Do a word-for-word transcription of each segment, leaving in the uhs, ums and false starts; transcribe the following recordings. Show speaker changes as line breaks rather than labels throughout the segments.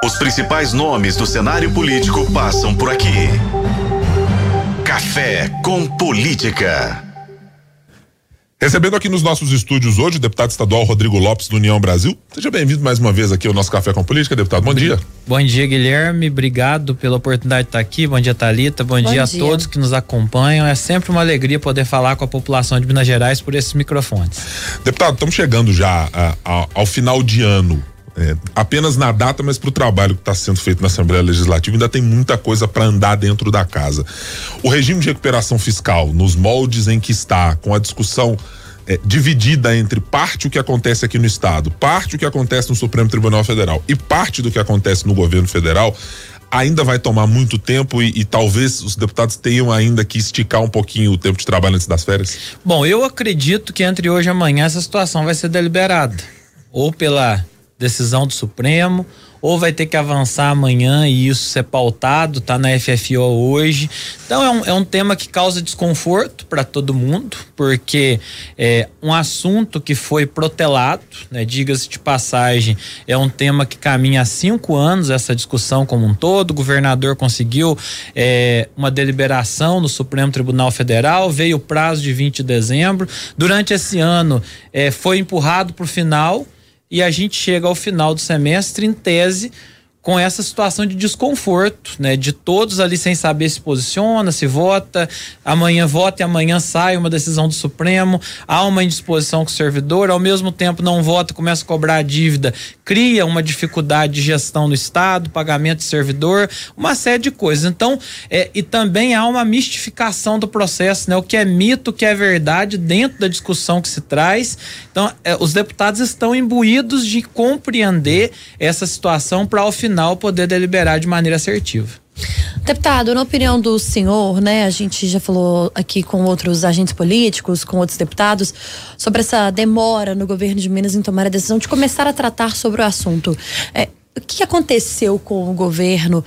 Os principais nomes do cenário político passam por aqui. Café com Política.
Recebendo aqui nos nossos estúdios hoje o deputado estadual Rodrigo Lopes do União Brasil. Seja bem-vindo mais uma vez aqui ao nosso Café com Política, deputado. Bom dia.
Bom dia, Guilherme. Obrigado pela oportunidade de estar aqui. Bom dia, Thalita. Bom, Bom dia, dia a todos que nos acompanham. É sempre uma alegria poder falar com a população de Minas Gerais por esses microfones.
Deputado, estamos chegando já a, a, ao final de ano. É, apenas na data, mas para o trabalho que está sendo feito na Assembleia Legislativa ainda tem muita coisa para andar dentro da casa. O regime de recuperação fiscal, nos moldes em que está, com a discussão é, dividida entre parte o que acontece aqui no estado, parte o que acontece no Supremo Tribunal Federal e parte do que acontece no governo federal, ainda vai tomar muito tempo e, e talvez os deputados tenham ainda que esticar um pouquinho o tempo de trabalho antes das férias?
Bom, eu acredito que entre hoje e amanhã essa situação vai ser deliberada, ou pela decisão do Supremo, ou vai ter que avançar amanhã e isso ser pautado, tá na F F O hoje. Então é um, é um tema que causa desconforto para todo mundo, porque é um assunto que foi protelado, né? Diga-se de passagem, é um tema que caminha há cinco anos, essa discussão como um todo. O governador conseguiu é, uma deliberação no Supremo Tribunal Federal, veio o prazo de vinte de dezembro. Durante esse ano é, foi empurrado para o final. E a gente chega ao final do semestre em tese com essa situação de desconforto, né? De todos ali sem saber se posiciona, se vota, amanhã vota e amanhã sai uma decisão do Supremo, há uma indisposição com o servidor, ao mesmo tempo não vota, começa a cobrar a dívida, cria uma dificuldade de gestão no Estado, pagamento de servidor, uma série de coisas. Então, é, e também há uma mistificação do processo, né? O que é mito, o que é verdade dentro da discussão que se traz. Então, é, os deputados estão imbuídos de compreender essa situação para ao final poder deliberar de maneira assertiva.
Deputado, na opinião do senhor, né, a gente já falou aqui com outros agentes políticos, com outros deputados, sobre essa demora no governo de Minas em tomar a decisão de começar a tratar sobre o assunto. É, o que aconteceu com o governo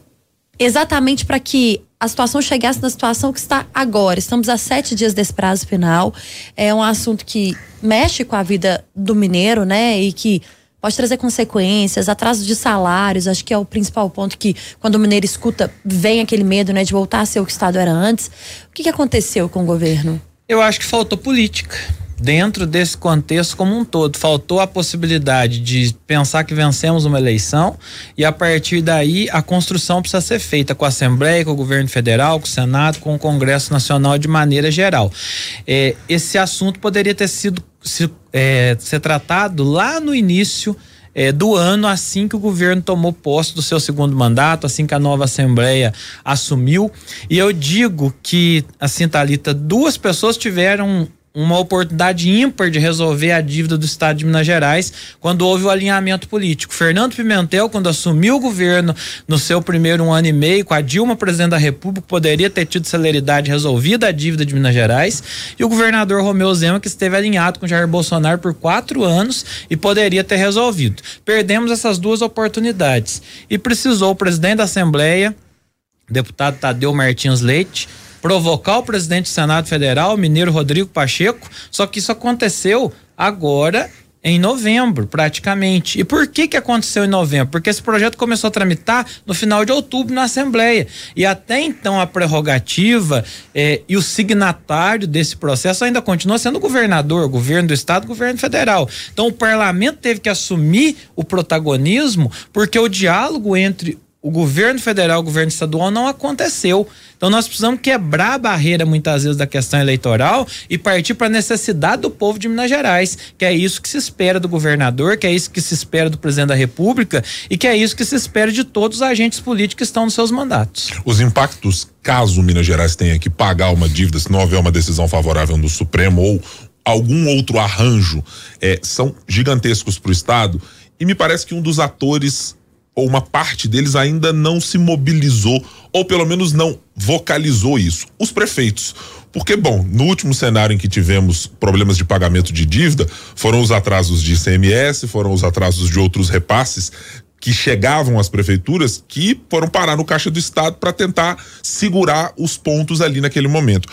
exatamente para que a situação chegasse na situação que está agora? Estamos a sete dias desse prazo final. É um assunto que mexe com a vida do mineiro, né, e que pode trazer consequências, atraso de salários. Acho que é o principal ponto que, quando o mineiro escuta, vem aquele medo, né, de voltar a ser o que o Estado era antes. O que, que aconteceu com o governo?
Eu acho que faltou política dentro desse contexto como um todo. Faltou a possibilidade de pensar que vencemos uma eleição e a partir daí a construção precisa ser feita com a Assembleia, com o governo federal, com o Senado, com o Congresso Nacional de maneira geral. É, esse assunto poderia ter sido se, é, ser tratado lá no início É, do ano, assim que o governo tomou posse do seu segundo mandato, assim que a nova Assembleia assumiu. E eu digo que, assim, Thalita, duas pessoas tiveram uma oportunidade ímpar de resolver a dívida do Estado de Minas Gerais quando houve o alinhamento político. Fernando Pimentel, quando assumiu o governo no seu primeiro um ano e meio, com a Dilma presidente da República, poderia ter tido celeridade resolvida a dívida de Minas Gerais, e o governador Romeu Zema, que esteve alinhado com Jair Bolsonaro por quatro anos e poderia ter resolvido. Perdemos essas duas oportunidades e precisou o presidente da Assembleia, deputado Tadeu Martins Leite, provocar o presidente do Senado Federal, o mineiro Rodrigo Pacheco, só que isso aconteceu agora em novembro, praticamente. E por que que aconteceu em novembro? Porque esse projeto começou a tramitar no final de outubro na Assembleia. E até então a prerrogativa eh, e o signatário desse processo ainda continua sendo o governador, o governo do Estado, o governo federal. Então o parlamento teve que assumir o protagonismo porque o diálogo entre o governo federal e o governo estadual não aconteceu. Então nós precisamos quebrar a barreira muitas vezes da questão eleitoral e partir para a necessidade do povo de Minas Gerais, que é isso que se espera do governador, que é isso que se espera do presidente da República e que é isso que se espera de todos os agentes políticos que estão nos seus mandatos.
Os impactos, caso Minas Gerais tenha que pagar uma dívida, se não houver uma decisão favorável do Supremo ou algum outro arranjo, é, são gigantescos para o Estado, e me parece que um dos atores ou uma parte deles ainda não se mobilizou, ou pelo menos não vocalizou isso. Os prefeitos. Porque, bom, no último cenário em que tivemos problemas de pagamento de dívida, foram os atrasos de I C M S, foram os atrasos de outros repasses que chegavam às prefeituras, que foram parar no caixa do Estado para tentar segurar os pontos ali naquele momento.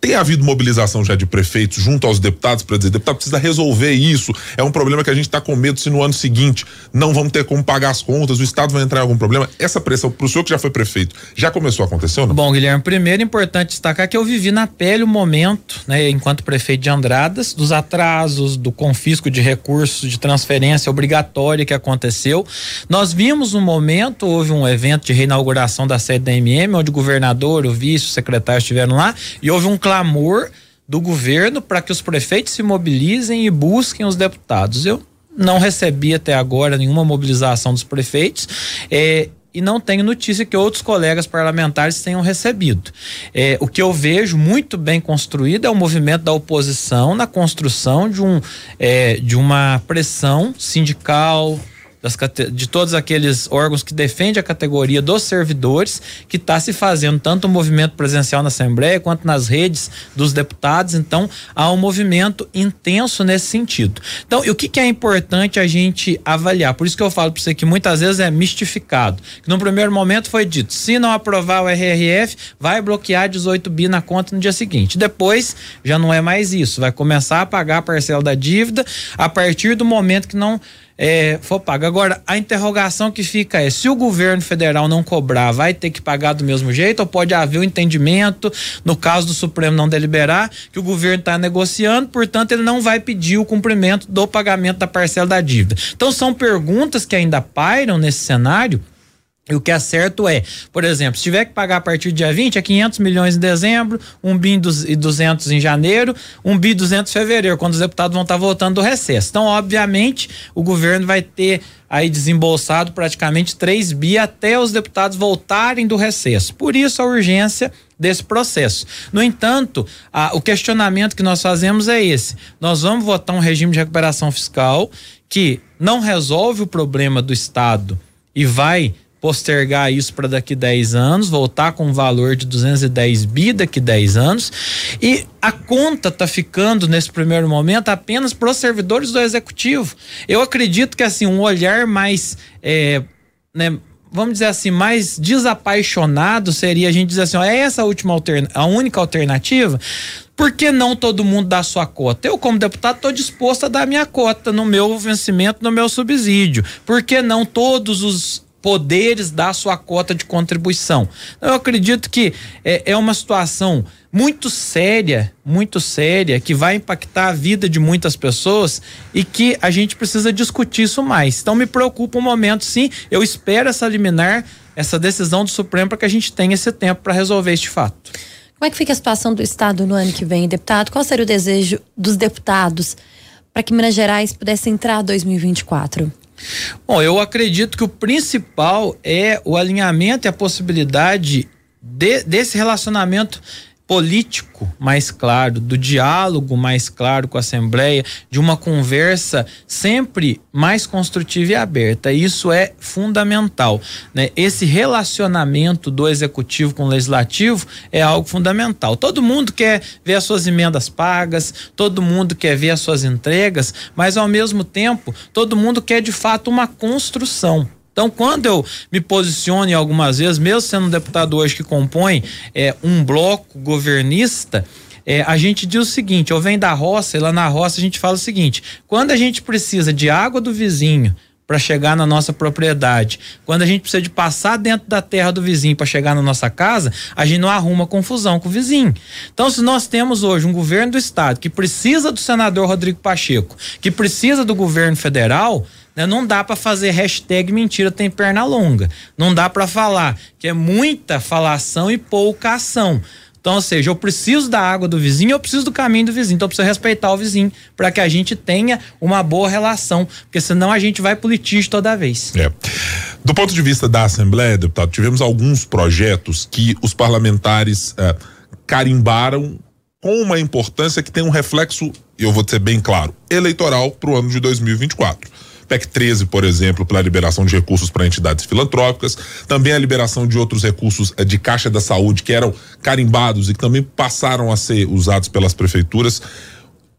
Tem havido mobilização já de prefeitos junto aos deputados para dizer, deputado, precisa resolver isso, é um problema que a gente está com medo se no ano seguinte não vamos ter como pagar as contas, o Estado vai entrar em algum problema. Essa pressão pro senhor que já foi prefeito, já começou a acontecer ou não?
Bom, Guilherme, primeiro é importante destacar que eu vivi na pele o momento, né, enquanto prefeito de Andradas, dos atrasos, do confisco de recursos, de transferência obrigatória que aconteceu. Nós vimos um momento, houve um evento de reinauguração da sede da M M, onde o governador, o vice, o secretário estiveram lá, e houve um clamor do governo para que os prefeitos se mobilizem e busquem os deputados. Eu não recebi até agora nenhuma mobilização dos prefeitos, é, e não tenho notícia que outros colegas parlamentares tenham recebido. É, o que eu vejo muito bem construído é o movimento da oposição na construção de, um, é, de uma pressão sindical, Das, de todos aqueles órgãos que defendem a categoria dos servidores, que está se fazendo tanto o movimento presencial na Assembleia quanto nas redes dos deputados. Então há um movimento intenso nesse sentido. Então, e o que, que é importante a gente avaliar? Por isso que eu falo para você que muitas vezes é mistificado. Que no primeiro momento foi dito, se não aprovar o R R F, vai bloquear dezoito bi na conta no dia seguinte. Depois já não é mais isso, vai começar a pagar a parcela da dívida a partir do momento que não É, for pago. Agora, a interrogação que fica é, se o governo federal não cobrar, vai ter que pagar do mesmo jeito, ou pode haver um entendimento, no caso do Supremo não deliberar, que o governo está negociando, portanto ele não vai pedir o cumprimento do pagamento da parcela da dívida. Então são perguntas que ainda pairam nesse cenário. E o que é certo é, por exemplo, se tiver que pagar a partir do dia vinte, é quinhentos milhões em dezembro, um bi e duzentos em janeiro, um bi e duzentos em fevereiro, quando os deputados vão estar voltando do recesso. Então, obviamente, o governo vai ter aí desembolsado praticamente três bi até os deputados voltarem do recesso. Por isso a urgência desse processo. No entanto, a, o questionamento que nós fazemos é esse: nós vamos votar um regime de recuperação fiscal que não resolve o problema do Estado e vai postergar isso para daqui dez anos, voltar com um valor de duzentos e dez bi daqui dez anos, e a conta tá ficando nesse primeiro momento apenas para os servidores do executivo. Eu acredito que assim, um olhar mais, é, né, vamos dizer assim, mais desapaixonado seria a gente dizer assim, ó, é essa a última alterna- a única alternativa? Por que não todo mundo dá a sua cota? Eu, como deputado, estou disposto a dar a minha cota no meu vencimento, no meu subsídio. Por que não todos os poderes dar sua cota de contribuição? Eu acredito que é, é uma situação muito séria, muito séria, que vai impactar a vida de muitas pessoas e que a gente precisa discutir isso mais. Então me preocupa um momento, sim, eu espero essa liminar, essa decisão do Supremo para que a gente tenha esse tempo para resolver este fato.
Como é que fica a situação do Estado no ano que vem, deputado? Qual seria o desejo dos deputados para que Minas Gerais pudesse entrar em dois mil e vinte e quatro?
Bom, eu acredito que o principal é o alinhamento e a possibilidade de, desse relacionamento político mais claro, do diálogo mais claro com a Assembleia, de uma conversa sempre mais construtiva e aberta. Isso é fundamental, né? Esse relacionamento do Executivo com o Legislativo é algo fundamental. Todo mundo quer ver as suas emendas pagas, todo mundo quer ver as suas entregas, mas ao mesmo tempo, todo mundo quer de fato uma construção. Então, quando eu me posiciono em algumas vezes, mesmo sendo um deputado hoje que compõe é, um bloco governista, é, a gente diz o seguinte, eu venho da roça e lá na roça a gente fala o seguinte, quando a gente precisa de água do vizinho para chegar na nossa propriedade, quando a gente precisa de passar dentro da terra do vizinho para chegar na nossa casa, a gente não arruma confusão com o vizinho. Então, se nós temos hoje um governo do estado que precisa do senador Rodrigo Pacheco, que precisa do governo federal, né, não dá para fazer hashtag mentira tem perna longa. Não dá para falar que é muita falação e pouca ação. Então, ou seja, eu preciso da água do vizinho, eu preciso do caminho do vizinho. Então, eu preciso respeitar o vizinho para que a gente tenha uma boa relação, porque senão a gente vai pro litígio toda vez.
É. Do ponto de vista da Assembleia, deputado, tivemos alguns projetos que os parlamentares eh, carimbaram com uma importância que tem um reflexo, eu vou ser bem claro, eleitoral para o ano de dois mil e vinte e quatro. P E C treze, por exemplo, pela liberação de recursos para entidades filantrópicas, também a liberação de outros recursos de Caixa da Saúde que eram carimbados e que também passaram a ser usados pelas prefeituras.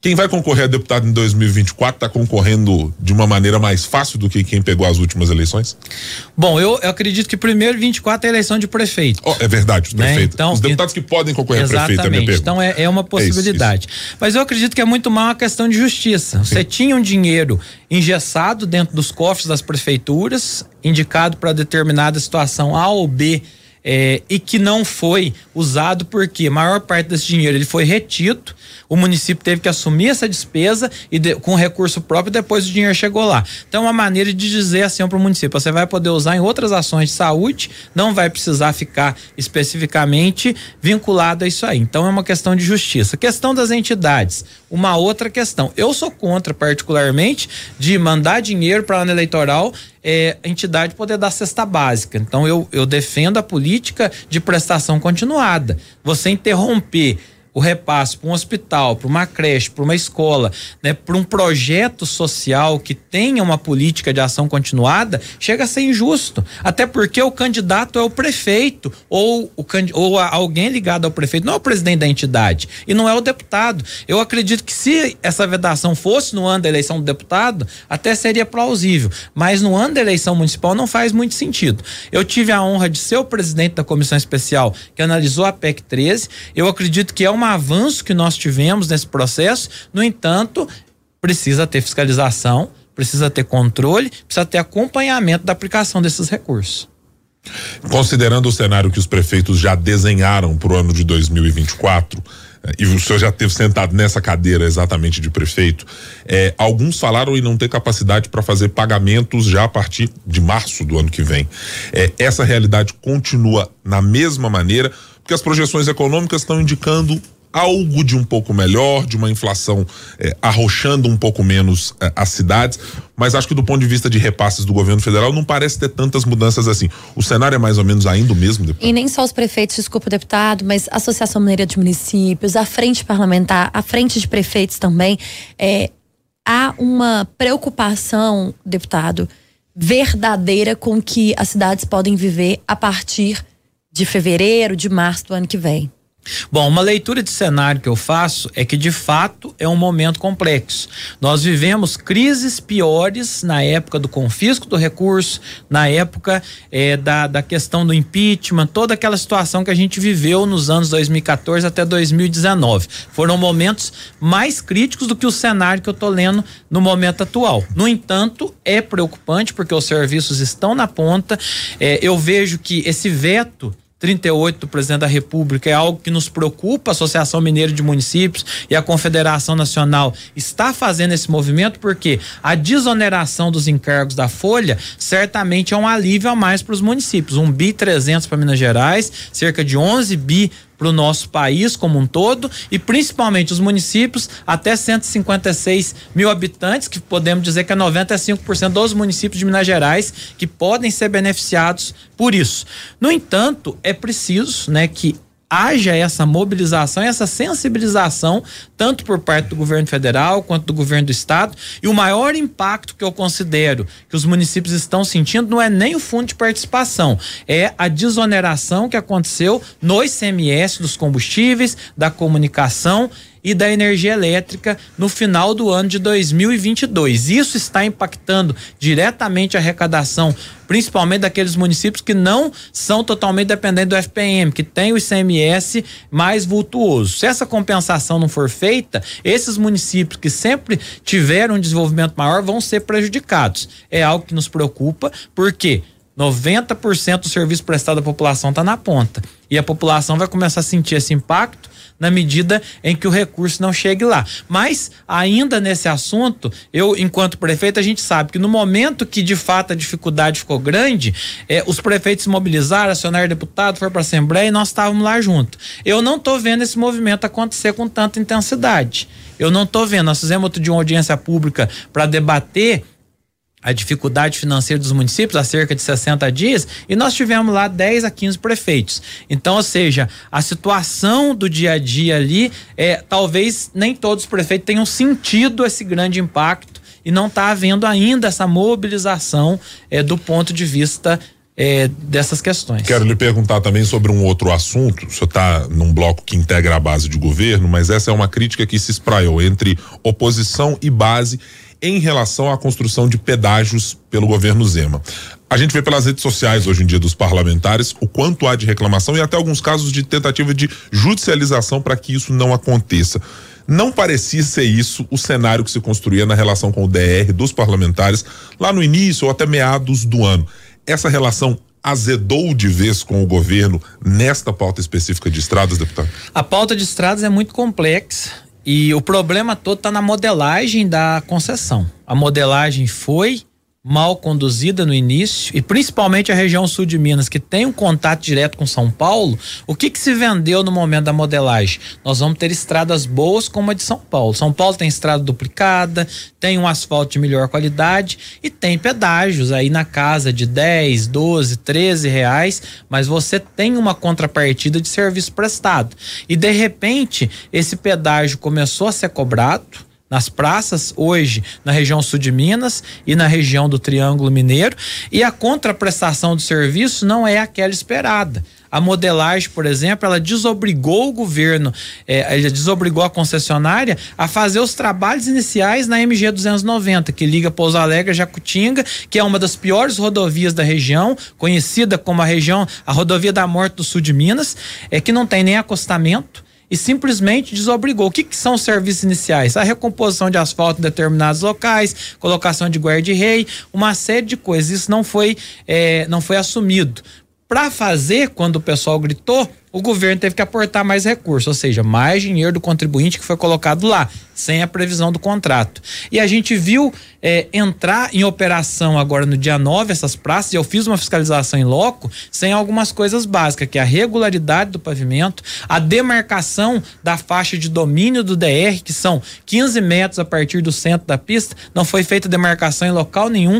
Quem vai concorrer a deputado em dois mil e vinte e quatro está concorrendo de uma maneira mais fácil do que quem pegou as últimas eleições?
Bom, eu, eu acredito que primeiro vinte e quatro é a eleição de prefeito.
Oh, é verdade, os prefeitos.
Né? Então,
os deputados que podem concorrer a prefeito, é a minha pergunta.
Então é, é uma possibilidade. É isso, isso. Mas eu acredito que é muito mal uma questão de justiça. Sim. Você tinha um dinheiro engessado dentro dos cofres das prefeituras, indicado para determinada situação A ou B, É, e que não foi usado porque a maior parte desse dinheiro ele foi retido, o município teve que assumir essa despesa e de, com recurso próprio, depois o dinheiro chegou lá. Então é uma maneira de dizer assim para o município: você vai poder usar em outras ações de saúde, não vai precisar ficar especificamente vinculado a isso aí. Então é uma questão de justiça. Questão das entidades, uma outra questão. Eu sou contra, particularmente, de mandar dinheiro para ano eleitoral, É, a entidade poder dar cesta básica. Então eu, eu defendo a política de prestação continuada. Você interromper o repasse para um hospital, para uma creche, para uma escola, né, para um projeto social que tenha uma política de ação continuada, chega a ser injusto. Até porque o candidato é o prefeito ou, o, ou alguém ligado ao prefeito, não é o presidente da entidade e não é o deputado. Eu acredito que se essa vedação fosse no ano da eleição do deputado, até seria plausível, mas no ano da eleição municipal não faz muito sentido. Eu tive a honra de ser o presidente da comissão especial que analisou a P E C treze. Eu acredito que é uma um avanço que nós tivemos nesse processo. No entanto, precisa ter fiscalização, precisa ter controle, precisa ter acompanhamento da aplicação desses recursos.
Considerando o cenário que os prefeitos já desenharam para o ano de dois mil e vinte e quatro, e o senhor já esteve sentado nessa cadeira exatamente de prefeito, é, alguns falaram em não ter capacidade para fazer pagamentos já a partir de março do ano que vem. É, essa realidade continua na mesma maneira, porque as projeções econômicas estão indicando algo de um pouco melhor, de uma inflação é, arrochando um pouco menos é, as cidades, mas acho que do ponto de vista de repasses do governo federal não parece ter tantas mudanças assim. O cenário é mais ou menos ainda o mesmo, deputado?
E nem só os prefeitos, desculpa, deputado, mas a Associação Mineira de Municípios, a Frente Parlamentar, a Frente de Prefeitos também, é, há uma preocupação, deputado, verdadeira com que as cidades podem viver a partir de fevereiro, de março do ano que vem.
Bom, uma leitura de cenário que eu faço é que de fato é um momento complexo. Nós vivemos crises piores na época do confisco do recurso, na época eh, da, da questão do impeachment, toda aquela situação que a gente viveu nos anos dois mil e quatorze até dois mil e dezenove. Foram momentos mais críticos do que o cenário que eu tô lendo no momento atual. No entanto, é preocupante porque os serviços estão na ponta. Eh, eu vejo que esse veto trinta e oito do presidente da República é algo que nos preocupa. A Associação Mineira de Municípios e a Confederação Nacional está fazendo esse movimento porque a desoneração dos encargos da Folha certamente é um alívio a mais para os municípios. Um bi trezentos para Minas Gerais, cerca de onze bi para o nosso país como um todo e principalmente os municípios até cento e cinquenta e seis mil habitantes, que podemos dizer que é noventa e cinco por cento dos municípios de Minas Gerais que podem ser beneficiados por isso. No entanto, é preciso, né, que haja essa mobilização, essa sensibilização, tanto por parte do governo federal quanto do governo do estado. E o maior impacto que eu considero que os municípios estão sentindo não é nem o fundo de participação, é a desoneração que aconteceu no I C M S dos combustíveis, da comunicação e da energia elétrica no final do ano de dois mil e vinte e dois. Isso está impactando diretamente a arrecadação, principalmente daqueles municípios que não são totalmente dependentes do F P M, que tem o I C M S mais vultuoso. Se essa compensação não for feita, esses municípios que sempre tiveram um desenvolvimento maior vão ser prejudicados. É algo que nos preocupa, porque noventa por cento do serviço prestado à população está na ponta. E a população vai começar a sentir esse impacto na medida em que o recurso não chegue lá. Mas, ainda nesse assunto, eu, enquanto prefeito, a gente sabe que no momento que de fato a dificuldade ficou grande, eh, os prefeitos se mobilizaram, acionaram deputado, foram para a Assembleia e nós estávamos lá junto. Eu não estou vendo esse movimento acontecer com tanta intensidade. Eu não estou vendo. Nós fizemos outro dia uma audiência pública para debater a dificuldade financeira dos municípios há cerca de sessenta dias e nós tivemos lá dez a quinze prefeitos. Então, ou seja, a situação do dia a dia ali, é, talvez nem todos os prefeitos tenham sentido esse grande impacto e não está havendo ainda essa mobilização é, do ponto de vista é, dessas questões.
Quero lhe perguntar também sobre um outro assunto. O senhor está num bloco que integra a base de governo, mas essa é uma crítica que se espraiou entre oposição e base em relação à construção de pedágios pelo governo Zema. A gente vê pelas redes sociais hoje em dia dos parlamentares o quanto há de reclamação e até alguns casos de tentativa de judicialização para que isso não aconteça. Não parecia ser isso o cenário que se construía na relação com o D R dos parlamentares lá no início ou até meados do ano. Essa relação azedou de vez com o governo nesta pauta específica de estradas, deputado?
A pauta de estradas é muito complexa e o problema todo está na modelagem da concessão. A modelagem foi mal conduzida no início e principalmente a região sul de Minas, que tem um contato direto com São Paulo. O que que se vendeu no momento da modelagem? Nós vamos ter estradas boas como a de São Paulo. São Paulo tem estrada duplicada, tem um asfalto de melhor qualidade e tem pedágios aí na casa de dez, doze, treze reais, mas você tem uma contrapartida de serviço prestado. E de repente esse pedágio começou a ser cobrado nas praças hoje na região sul de Minas e na região do Triângulo Mineiro, e a contraprestação do serviço não é aquela esperada. A modelagem, por exemplo, ela desobrigou o governo, eh, ela desobrigou a concessionária a fazer os trabalhos iniciais na M G duzentos e noventa, que liga Pouso Alegre a Jacutinga, que é uma das piores rodovias da região, conhecida como a região, a rodovia da morte do sul de Minas, é que não tem nem acostamento, e simplesmente desobrigou. O que que são os serviços iniciais? A recomposição de asfalto em determinados locais, colocação de guarda-rei, uma série de coisas. Isso não foi, é, não foi assumido. Para fazer, quando o pessoal gritou, o governo teve que aportar mais recursos, ou seja, mais dinheiro do contribuinte que foi colocado lá, sem a previsão do contrato. E a gente viu é, entrar em operação agora no dia nove essas praças, e eu fiz uma fiscalização em loco, sem algumas coisas básicas, que é a regularidade do pavimento, a demarcação da faixa de domínio do D R, que são quinze metros a partir do centro da pista, não foi feita demarcação em local nenhum.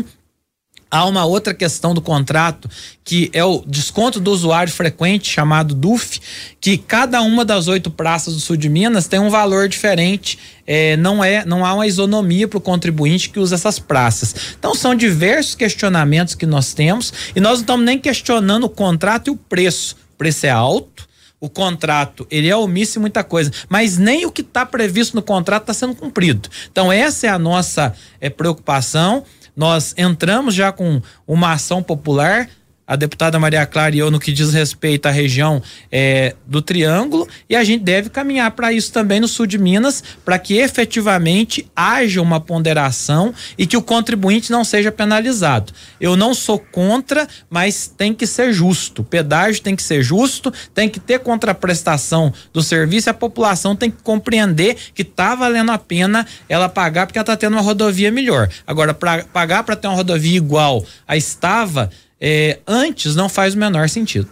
Há uma outra questão do contrato, que é o desconto do usuário frequente, chamado D U F, que cada uma das oito praças do sul de Minas tem um valor diferente. É, não, é, não há uma isonomia para o contribuinte que usa essas praças. Então são diversos questionamentos que nós temos, e nós não estamos nem questionando o contrato e o preço. O preço é alto, o contrato ele é omisso em muita coisa, mas nem o que está previsto no contrato está sendo cumprido. Então essa é a nossa é, preocupação. Nós entramos já com uma ação popular, a deputada Maria Clara e eu, no que diz respeito à região é, do Triângulo, e a gente deve caminhar para isso também no sul de Minas, para que efetivamente haja uma ponderação e que o contribuinte não seja penalizado. Eu não sou contra, mas tem que ser justo. O pedágio tem que ser justo, tem que ter contraprestação do serviço, e a população tem que compreender que está valendo a pena ela pagar, porque ela está tendo uma rodovia melhor. Agora, para pagar para ter uma rodovia igual a estava É, antes, não faz o menor sentido.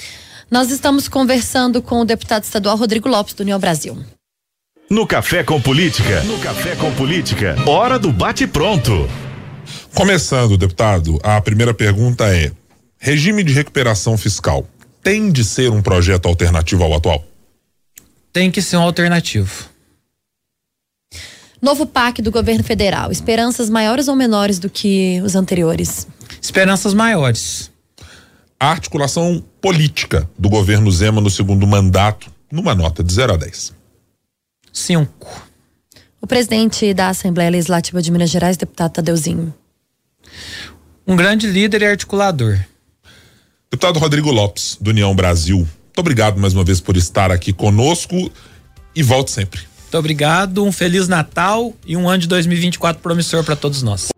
Nós estamos conversando com o deputado estadual Rodrigo Lopes, do União Brasil.
No Café com Política, no Café com Política, hora do bate-pronto.
Começando, deputado, a primeira pergunta é: regime de recuperação fiscal tem de ser um projeto alternativo ao atual?
Tem que ser um alternativo.
Novo P A C do governo federal, esperanças maiores ou menores do que os anteriores?
Esperanças maiores.
A articulação política do governo Zema no segundo mandato, numa nota de zero a dez.
Cinco.
O presidente da Assembleia Legislativa de Minas Gerais, deputado Tadeuzinho.
Um grande líder e articulador.
Deputado Rodrigo Lopes, do União Brasil, muito obrigado mais uma vez por estar aqui conosco e volte sempre.
Muito obrigado, um Feliz Natal e um ano de dois mil e vinte e quatro promissor para todos nós.